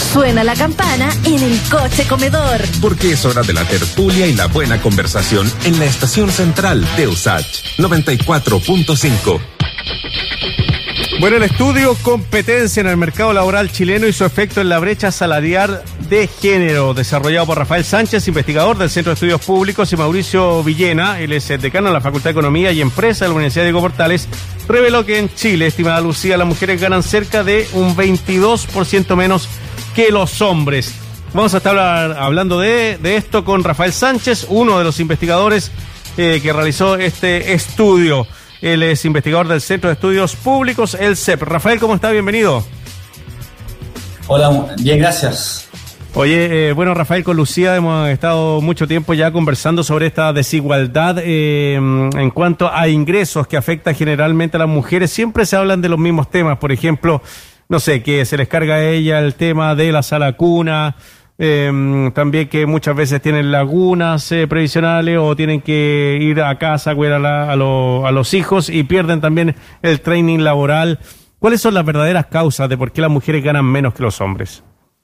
Suena la campana en el coche comedor. Porque es hora de la tertulia y la buena conversación en la estación central de USACH 94.5. Bueno, el estudio Competencia en el mercado laboral chileno y su efecto en la brecha salarial de género, desarrollado por Rafael Sánchez, investigador del Centro de Estudios Públicos, y Mauricio Villena, él es decano de la Facultad de Economía y Empresa de la Universidad Diego Portales, reveló que en Chile, estimada Lucía, las mujeres ganan cerca de un 22% menos que los hombres. Vamos a estar hablando de esto con Rafael Sánchez, uno de los investigadores que realizó este estudio. Él es investigador del Centro de Estudios Públicos, el CEP. Rafael, ¿cómo está? Bienvenido. Hola, bien, gracias. Oye, bueno, Rafael, con Lucía hemos estado mucho tiempo ya conversando sobre esta desigualdad en cuanto a ingresos que afecta generalmente a las mujeres. Siempre se hablan de los mismos temas, por ejemplo, no sé, que se les carga a ella el tema de la sala cuna, también que muchas veces tienen lagunas previsionales o tienen que ir a casa a cuidar a los hijos y pierden también el training laboral. ¿Cuáles son las verdaderas causas de por qué las mujeres ganan menos que los hombres?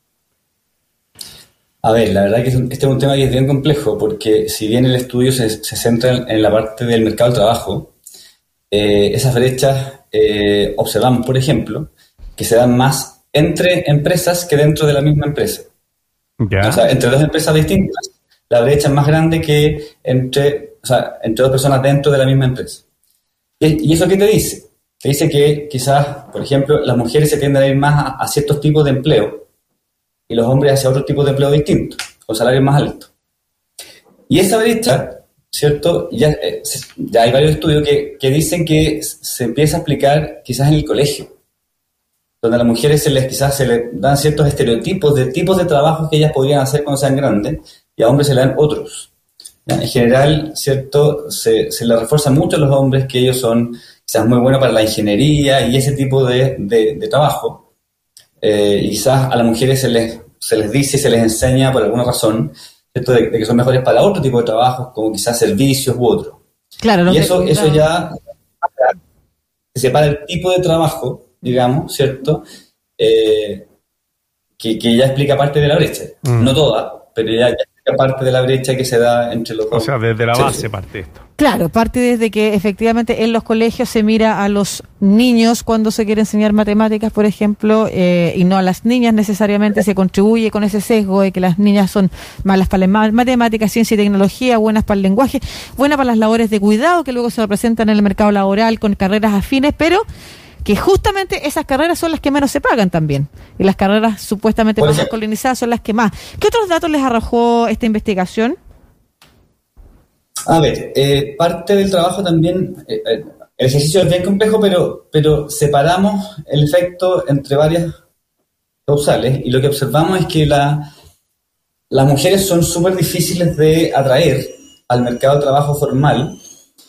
A ver, la verdad que este es un tema que es bien complejo, porque si bien el estudio se centra en la parte del mercado del trabajo, esas brechas observamos, por ejemplo, que se dan más entre empresas que dentro de la misma empresa. ¿Ya? O sea, entre dos empresas distintas, la brecha es más grande que entre dos personas dentro de la misma empresa. ¿Y eso qué te dice? Te dice que quizás, por ejemplo, las mujeres se tienden a ir más a ciertos tipos de empleo y los hombres hacia otros tipos de empleo distintos, con salarios más altos. Y esa brecha, ¿cierto? Ya hay varios estudios que dicen que se empieza a explicar quizás en el colegio, donde a las mujeres quizás se les dan ciertos estereotipos de tipos de trabajos que ellas podrían hacer cuando sean grandes, y a hombres se le dan otros. ¿Ya? En general, ¿cierto? Se les refuerza mucho a los hombres que ellos son quizás muy buenos para la ingeniería y ese tipo de trabajo, y quizás a las mujeres se les dice y se les enseña por alguna razón, ¿cierto? De que son mejores para otro tipo de trabajos, como quizás servicios u otro. Claro, y eso ya se separa el tipo de trabajo, digamos, ¿cierto? Que ya explica parte de la brecha. No toda, pero ya explica parte de la brecha que se da entre los dos. O sea, desde la base parte esto. Claro, parte desde que efectivamente en los colegios se mira a los niños cuando se quiere enseñar matemáticas, por ejemplo, y no a las niñas necesariamente. Se contribuye con ese sesgo de que las niñas son malas para las matemáticas, ciencia y tecnología, buenas para el lenguaje, buenas para las labores de cuidado que luego se representan en el mercado laboral con carreras afines, pero que justamente esas carreras son las que menos se pagan también. Y las carreras supuestamente más masculinizadas son las que más. ¿Qué otros datos les arrojó esta investigación? A ver, parte del trabajo también, el ejercicio es bien complejo, pero separamos el efecto entre varias causales, y lo que observamos es que las mujeres son súper difíciles de atraer al mercado de trabajo formal,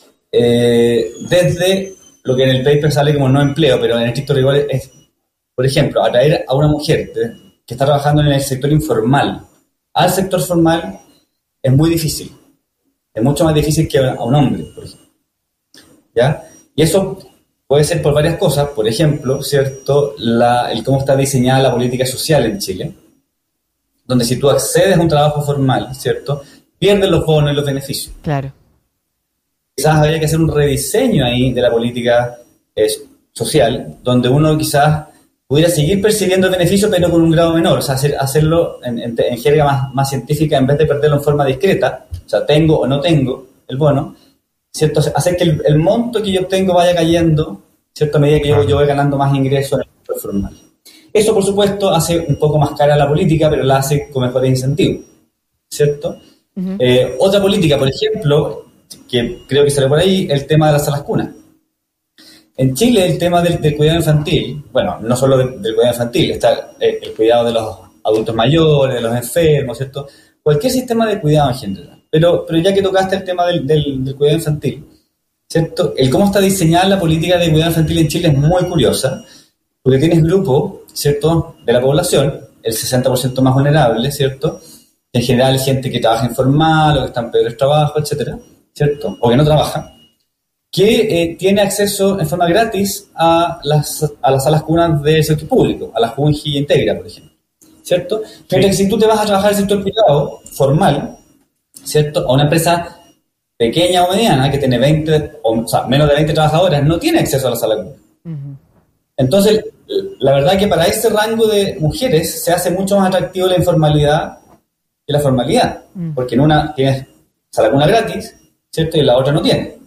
desde lo que en el paper sale como no empleo, pero en el estricto rigor es, por ejemplo, atraer a una mujer que está trabajando en el sector informal al sector formal es muy difícil. Es mucho más difícil que a un hombre, por ejemplo. ¿Ya? Y eso puede ser por varias cosas. Por ejemplo, ¿cierto? El cómo está diseñada la política social en Chile, donde si tú accedes a un trabajo formal, ¿cierto?, pierdes los bonos y los beneficios. Claro. Quizás habría que hacer un rediseño ahí de la política social, donde uno quizás pudiera seguir percibiendo el beneficio, pero con un grado menor. O sea, hacerlo en jerga más científica, en vez de perderlo en forma discreta, o sea, tengo o no tengo el bono, ¿cierto? Hacer que el monto que yo obtengo vaya cayendo, ¿cierto?, a medida que yo voy ganando más ingresos en el sector formal. Eso, por supuesto, hace un poco más cara la política, pero la hace con mejores incentivos, ¿cierto? Uh-huh. Otra política, por ejemplo, que creo que sale por ahí, el tema de las salas cunas. En Chile el tema del cuidado infantil, bueno, no solo del cuidado infantil, está el cuidado de los adultos mayores, de los enfermos, ¿cierto? Cualquier sistema de cuidado en general. Pero ya que tocaste el tema del cuidado infantil, ¿cierto? El cómo está diseñada la política de cuidado infantil en Chile es muy curiosa, porque tienes grupos, ¿cierto?, de la población, el 60% más vulnerable, ¿cierto?, en general gente que trabaja informal o que está en peores trabajos, etcétera, ¿cierto?, o que no trabaja, que tiene acceso en forma gratis a las salas cunas del sector público, a la Junji y Integra, por ejemplo, ¿cierto? Mientras que si tú te vas a trabajar al sector privado, formal, ¿cierto? A una empresa pequeña o mediana que tiene 20, o sea, menos de 20 trabajadores, no tiene acceso a la sala común. Entonces, la verdad es que para este rango de mujeres se hace mucho más atractivo la informalidad que la formalidad, porque en una tienes sala común gratis, ¿cierto? Y en la otra no tiene.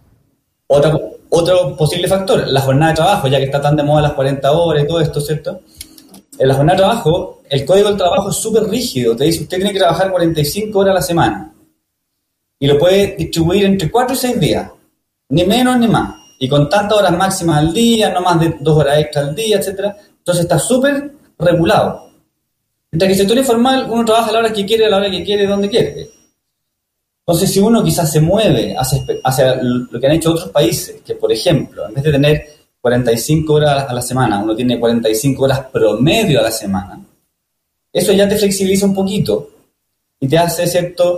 Otro posible factor, la jornada de trabajo, ya que está tan de moda las 40 horas y todo esto, ¿cierto? En la jornada de trabajo, el código del trabajo es súper rígido. Te dice, usted tiene que trabajar 45 horas a la semana. Y lo puede distribuir entre 4 y 6 días. Ni menos ni más. Y con tantas horas máximas al día, no más de 2 horas extra al día, etc. Entonces está súper regulado. Mientras que el sector informal, uno trabaja a la hora que quiere, a la hora que quiere, donde quiere. Entonces, si uno quizás se mueve hacia lo que han hecho otros países, que por ejemplo, en vez de tener 45 horas a la semana, uno tiene 45 horas promedio a la semana, eso ya te flexibiliza un poquito y te hace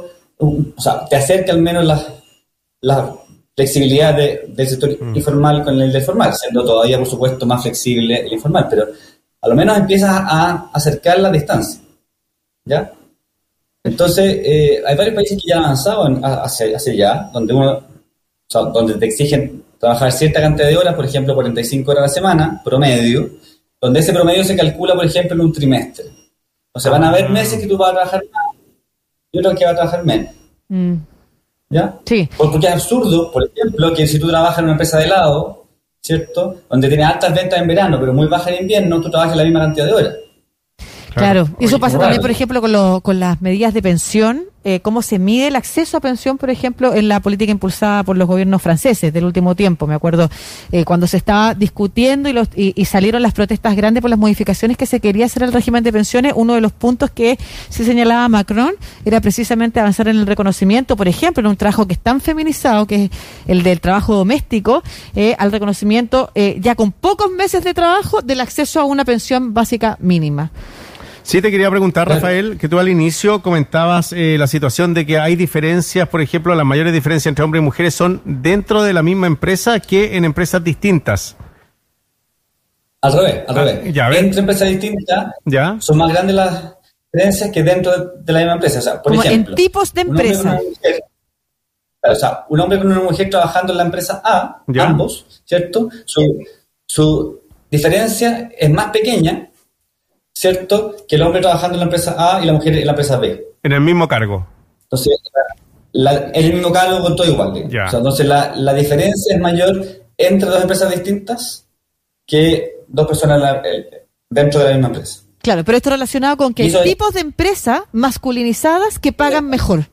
te acerca al menos la flexibilidad del sector informal con el del formal, siendo todavía, por supuesto, más flexible el informal, pero a lo menos empiezas a acercar la distancia, ¿ya? Entonces, hay varios países que ya han avanzado hacia allá, donde te exigen trabajar cierta cantidad de horas, por ejemplo, 45 horas a la semana, promedio, donde ese promedio se calcula, por ejemplo, en un trimestre. O sea, van a haber meses que tú vas a trabajar más y otros que vas a trabajar menos. ¿Ya? Sí. Porque es absurdo, por ejemplo, que si tú trabajas en una empresa de helado, ¿cierto? Donde tienes altas ventas en verano, pero muy bajas en invierno, tú trabajas la misma cantidad de horas. Claro, y eso pasa también, por ejemplo, con las medidas de pensión, cómo se mide el acceso a pensión, por ejemplo, en la política impulsada por los gobiernos franceses del último tiempo. Me acuerdo cuando se estaba discutiendo y salieron las protestas grandes por las modificaciones que se quería hacer al régimen de pensiones. Uno de los puntos que se señalaba Macron era precisamente avanzar en el reconocimiento, por ejemplo, en un trabajo que es tan feminizado, que es el del trabajo doméstico, al reconocimiento ya con pocos meses de trabajo del acceso a una pensión básica mínima. Sí, te quería preguntar, Rafael, que tú al inicio comentabas la situación de que hay diferencias, por ejemplo, las mayores diferencias entre hombres y mujeres son dentro de la misma empresa que en empresas distintas. Al revés. Ya, entre empresas distintas son más grandes las diferencias que dentro de la misma empresa. O sea, por ejemplo, en tipos de empresa. Un hombre con una mujer trabajando en la empresa A, ambos, ¿cierto? Su diferencia es más pequeña, ¿cierto?, que el hombre trabajando en la empresa A y la mujer en la empresa B. En el mismo cargo. Entonces, en el mismo cargo con todo igual. O sea, entonces, la diferencia es mayor entre dos empresas distintas que dos personas dentro de la misma empresa. Claro, pero esto relacionado con que hay tipos de empresas masculinizadas que pagan mejor.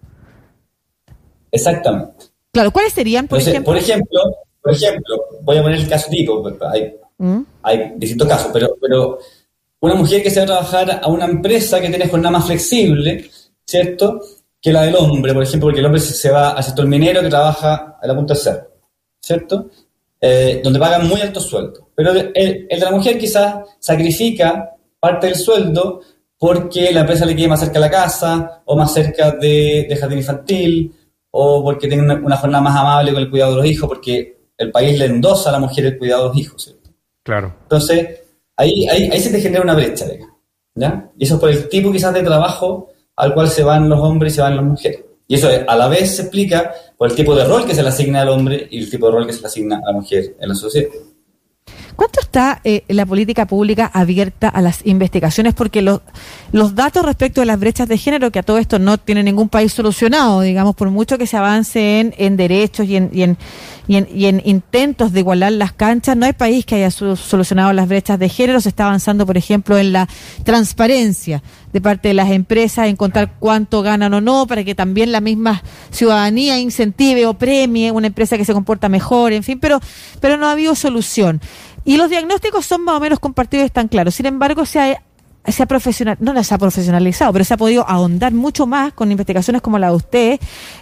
Exactamente. Claro, ¿cuáles serían, por ejemplo? Por ejemplo, voy a poner el caso tipo, hay distintos casos, pero una mujer que se va a trabajar a una empresa que tiene jornada más flexible, ¿cierto?, que la del hombre, por ejemplo, porque el hombre se va al sector minero que trabaja a la punta del cerro, ¿cierto?, donde pagan muy altos sueldos. Pero el de la mujer quizás sacrifica parte del sueldo porque la empresa le quede más cerca de la casa, o más cerca de jardín infantil, o porque tiene una jornada más amable con el cuidado de los hijos, porque el país le endosa a la mujer el cuidado de los hijos, ¿cierto? Claro. Entonces, ahí se te genera una brecha, ¿ya? Y eso es por el tipo quizás de trabajo al cual se van los hombres y se van las mujeres. Y eso a la vez se explica por el tipo de rol que se le asigna al hombre y el tipo de rol que se le asigna a la mujer en la sociedad. ¿Cuánto está la política pública abierta a las investigaciones? Porque los datos respecto de las brechas de género, que a todo esto no tiene ningún país solucionado, digamos, por mucho que se avance en derechos y en intentos de igualar las canchas, no hay país que haya solucionado las brechas de género. Se está avanzando, por ejemplo, en la transparencia de parte de las empresas, en contar cuánto ganan o no, para que también la misma ciudadanía incentive o premie una empresa que se comporta mejor, en fin, pero no ha habido solución. Y los diagnósticos son más o menos compartidos y están claros. Sin embargo, no se ha profesionalizado, pero se ha podido ahondar mucho más con investigaciones como la de ustedes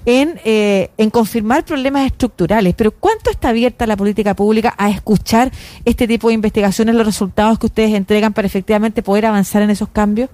en confirmar problemas estructurales. Pero ¿cuánto está abierta la política pública a escuchar este tipo de investigaciones, los resultados que ustedes entregan para efectivamente poder avanzar en esos cambios?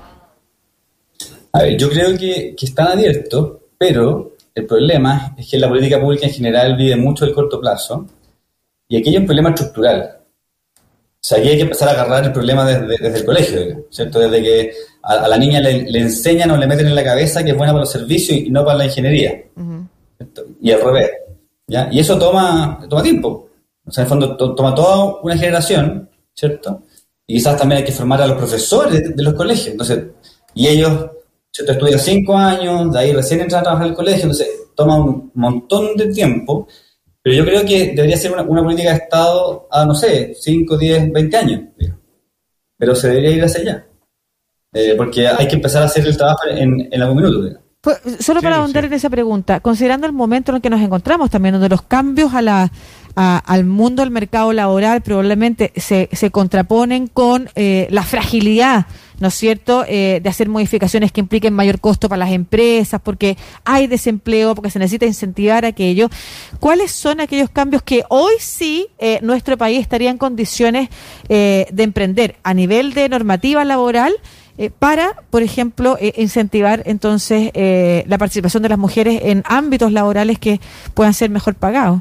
A ver, yo creo que están abiertos, pero el problema es que la política pública en general vive mucho del corto plazo y aquí hay un problema estructural. O sea, aquí hay que empezar a agarrar el problema desde el colegio, ¿cierto? Desde que a la niña le enseñan o le meten en la cabeza que es buena para los servicios y no para la ingeniería. ¿Cierto? Y al revés, ¿ya? Y eso toma tiempo. O sea, en el fondo toma toda una generación, ¿cierto? Y quizás también hay que formar a los profesores de los colegios. Entonces, y ellos, ¿cierto? Estudian 5 años, de ahí recién entran a trabajar en el colegio, entonces toma un montón de tiempo. Pero yo creo que debería ser una política de Estado a, no sé, 5, 10, 20 años. Pero se debería ir hacia allá. Porque hay que empezar a hacer el trabajo en algún minuto. Pues, solo para ahondar en esa pregunta, considerando el momento en el que nos encontramos también, donde los cambios al mundo del mercado laboral probablemente se contraponen con la fragilidad, ¿no es cierto?, de hacer modificaciones que impliquen mayor costo para las empresas, porque hay desempleo, porque se necesita incentivar aquello. ¿Cuáles son aquellos cambios que hoy sí nuestro país estaría en condiciones de emprender a nivel de normativa laboral para, por ejemplo, incentivar entonces la participación de las mujeres en ámbitos laborales que puedan ser mejor pagados?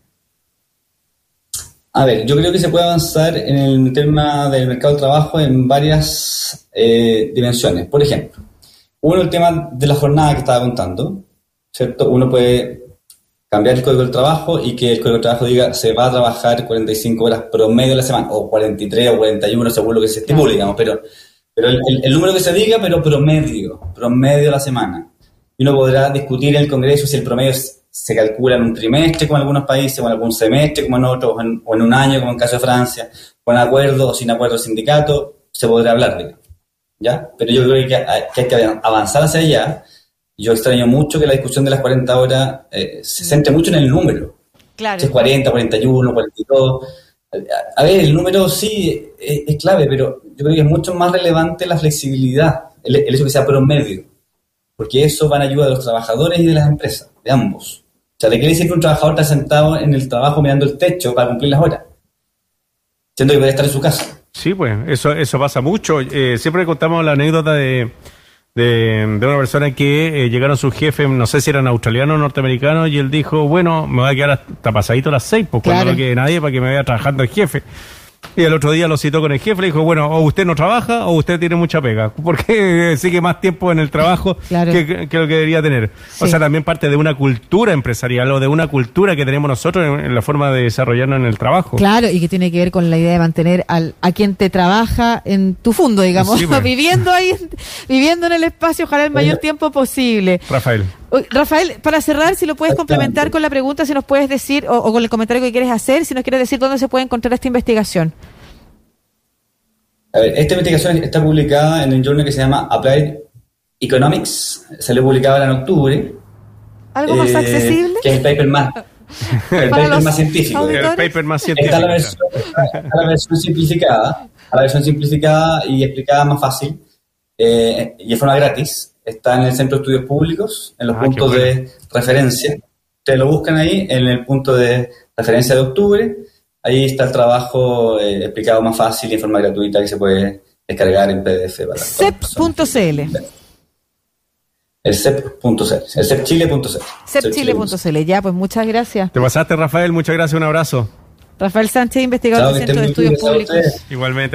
A ver, yo creo que se puede avanzar en el tema del mercado del trabajo en varias dimensiones. Por ejemplo, uno, el tema de la jornada que estaba contando, ¿cierto? Uno puede cambiar el código del trabajo y que el código del trabajo diga se va a trabajar 45 horas promedio de la semana, o 43 o 41, según lo que se estipule, digamos, pero el número que se diga, pero promedio de la semana. Y uno podrá discutir en el Congreso si el promedio se calcula en un trimestre, como en algunos países, o en algún semestre, como en otros, o en un año, como en el caso de Francia, con acuerdo o sin acuerdo sindicato, se podrá hablar, digamos, ¿ya? Pero yo creo que hay que avanzar hacia allá. Yo extraño mucho que la discusión de las 40 horas se centre mucho en el número. Claro. Si es 40, 41, 42. A ver, el número sí es clave, pero yo creo que es mucho más relevante la flexibilidad, el hecho que sea promedio, porque eso va en ayuda de los trabajadores y de las empresas, de ambos. O sea, ¿de qué decir que un trabajador está sentado en el trabajo mirando el techo para cumplir las horas? Siendo que puede estar en su casa. Sí, pues, eso pasa mucho. Siempre contamos la anécdota de una persona que llegaron sus jefes, no sé si eran australianos o norteamericanos, y él dijo, bueno, me voy a quedar hasta pasadito a las 6, pues cuando no quede nadie para que me vaya trabajando el jefe. Y el otro día lo citó con el jefe, le dijo, bueno, o usted no trabaja o usted tiene mucha pega, porque sigue más tiempo en el trabajo que lo que debería tener. Sí. O sea, también parte de una cultura empresarial o de una cultura que tenemos nosotros en la forma de desarrollarnos en el trabajo. Claro, y que tiene que ver con la idea de mantener a quien te trabaja en tu fondo, digamos, sí, pues. viviendo en el espacio, ojalá el mayor tiempo posible. Rafael, para cerrar, si lo puedes complementar con la pregunta, si nos puedes decir, o con el comentario que quieres hacer, si nos quieres decir dónde se puede encontrar esta investigación. A ver, esta investigación está publicada en un journal que se llama Applied Economics, salió publicada en octubre. ¿Algo más accesible? Que es el paper más científico. El paper más científico. Está la versión simplificada y explicada más fácil, y de forma gratis. Está en el Centro de Estudios Públicos, en los puntos de referencia. Ustedes lo buscan ahí, en el punto de referencia de octubre. Ahí está el trabajo explicado más fácil y en forma gratuita que se puede descargar en PDF. CEP.cl. El CEP.cl. El CEPchile.cl. CEPchile.cl. Ya, pues muchas gracias. Te pasaste, Rafael. Muchas gracias. Un abrazo. Rafael Sánchez, investigador del Centro de Estudios Públicos. Igualmente.